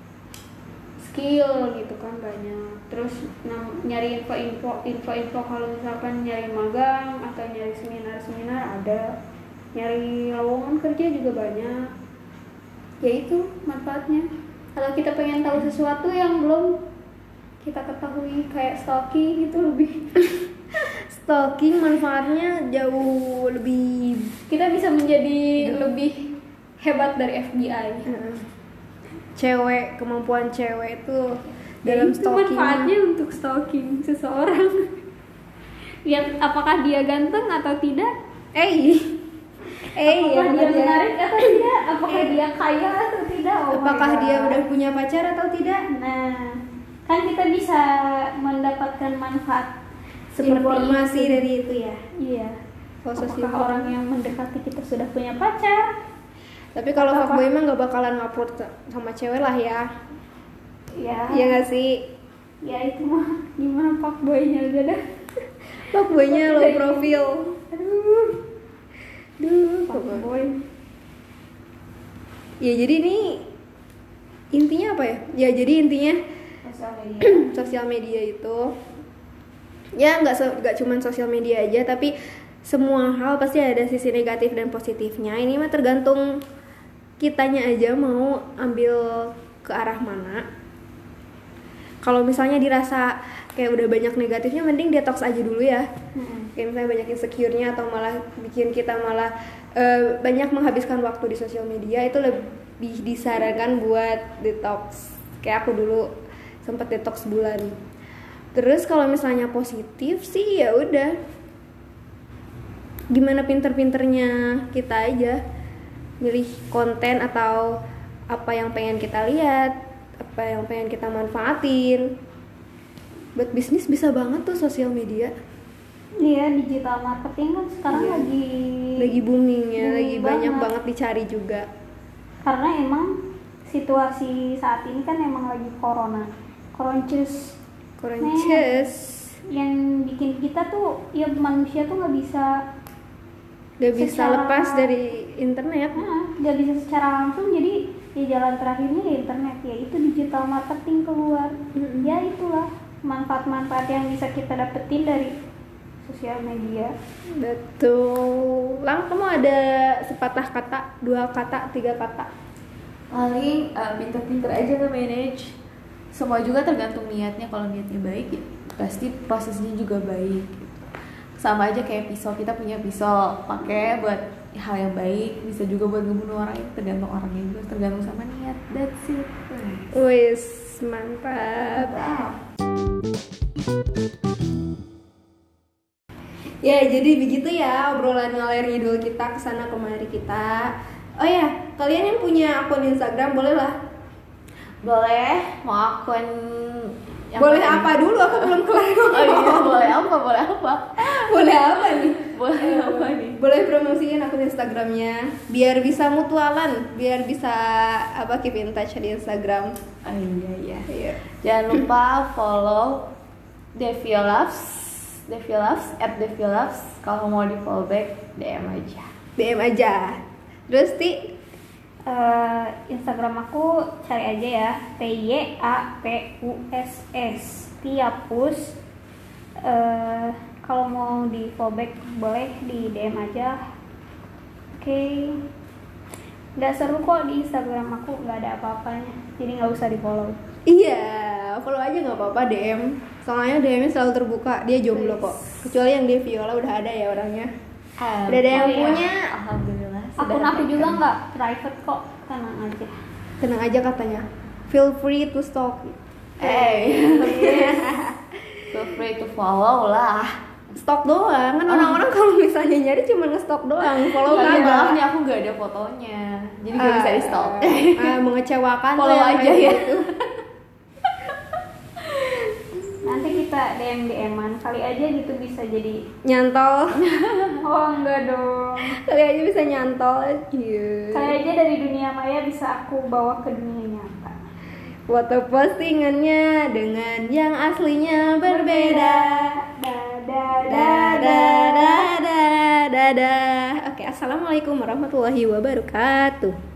skill gitu kan, banyak. Terus nam- nyari info-info info-info kalau misalkan nyari magang atau nyari seminar-seminar ada. Nyari lowongan kerja juga banyak. Ya itu manfaatnya. Kalau kita pengen tahu sesuatu yang belum kita ketahui kayak stalking itu lebih Stalking manfaatnya jauh lebih. kita bisa menjadi lebih hebat dari F B I. Heeh. Cewek, kemampuan cewek itu Ya, dalam itu stalking. manfaatnya untuk stalking seseorang. Lihat apakah dia ganteng atau tidak, Eh, eh, apakah dia dia, menarik atau tidak, apakah dia kaya atau tidak. Oh my apakah God. dia udah punya pacar atau tidak? Nah, kan kita bisa mendapatkan manfaat Seperti informasi itu. dari itu ya. Iya. Kalau sosial Apakah orang yang mendekati kita sudah punya pacar? Tapi kalau Apa-apa? fuckboy emang gak bakalan ngupload sama cewek lah ya. Ya. Iya gak sih? Ya itu mah gimana fuckboy-nya udah dah. Fuckboynya low Fuckboy. profil. Aduh, Duh, fuckboy. Ya jadi ini intinya apa ya? Ya jadi intinya Sosial media. sosial media itu ya nggak se- nggak cuman sosial media aja, tapi semua hal pasti ada sisi negatif dan positifnya. Ini mah tergantung kitanya aja mau ambil ke arah mana. Kalau misalnya dirasa kayak udah banyak negatifnya, mending detox aja dulu ya. Hmm. Kayak misalnya banyak insecure-nya atau malah bikin kita malah eh, banyak menghabiskan waktu di sosial media, itu lebih disarankan buat detox. Kayak aku dulu sempat detox bulan. Terus kalau misalnya positif sih ya udah, gimana pinter-pinternya kita aja milih konten atau apa yang pengen kita lihat, apa yang pengen kita manfaatin. Buat bisnis bisa banget tuh sosial media. Iya, digital marketing kan sekarang Iya. lagi Lagi booming ya, booming lagi banyak banget. banget dicari juga. Karena emang situasi saat ini kan emang lagi corona. Koronces Koronces yang bikin kita tuh ya manusia tuh nggak bisa gak bisa secara- lepas dari internet. nah, nggak bisa secara langsung, jadi ya jalan terakhirnya di internet, yaitu digital marketing keluar. Mm-mm. Ya itulah manfaat-manfaat yang bisa kita dapetin dari sosial media. Betul. Lang, kamu ada sepatah kata, dua kata, tiga kata? Paling uh, pinter-pinter aja nge-manage. Semua juga tergantung niatnya. Kalau niatnya baik ya pasti prosesnya juga baik gitu. Sama aja kayak pisau, kita punya pisau pakai buat hal yang baik, bisa juga buat ngebunuh orang, itu tergantung orangnya juga, tergantung sama niat. That's it. Wis, mantap. Ya, jadi begitu ya obrolan ngalir ngidul kita kesana kemari kita. Oh ya, kalian yang punya akun Instagram boleh lah. Boleh mau akun Yang Boleh mana apa nih? dulu? Aku belum kelar ngomong. Oh iya, boleh apa? Boleh apa? Boleh apa nih? Boleh apa nih? Boleh promosiin akun Instagramnya biar bisa mutualan, biar bisa apa keep in touch di Instagram. Oh iya iya. Iya. Jangan lupa follow Deviolabs, Deviolabs, at Deviolabs. Kalau mau di follow back, D M aja. D M aja. Terus Ti, Eh, Instagram aku cari aja ya, T Y A P U S S, Tiapus. Eh, kalau mau di fallback boleh di D M aja. Oke, nggak seru kok di Instagram aku, nggak ada apa-apanya, jadi nggak usah di follow. iya, follow aja nggak apa-apa D M. Soalnya D M-nya selalu terbuka, dia jomblo kok. Kecuali yang dia Viola udah ada ya orangnya. Udah ada yang Oh iya. punya. Alhamdulillah. Akun aku juga nggak private kok, tenang aja. Tenang aja katanya. Feel free to stalk. Eh, feel free to follow lah. Stok doang kan orang-orang kalau misalnya nyari cuma nge-stok doang, follow Tapi kagak. maaf nih aku nggak ada fotonya, jadi nggak bisa di stop. Ah, mengecewakan tuh Follow yang aja kayak ya. gitu. Nanti kita D M D M-an kali aja gitu bisa jadi. Nyantol. Oh enggak dong. Kali aja bisa nyantol. Iya. Kali aja dari dunia maya bisa aku bawa ke dunia nyata. Foto postingannya dengan yang aslinya berbeda. Dadah, Dadah, dadah, dadah. Oke, assalamualaikum warahmatullahi wabarakatuh.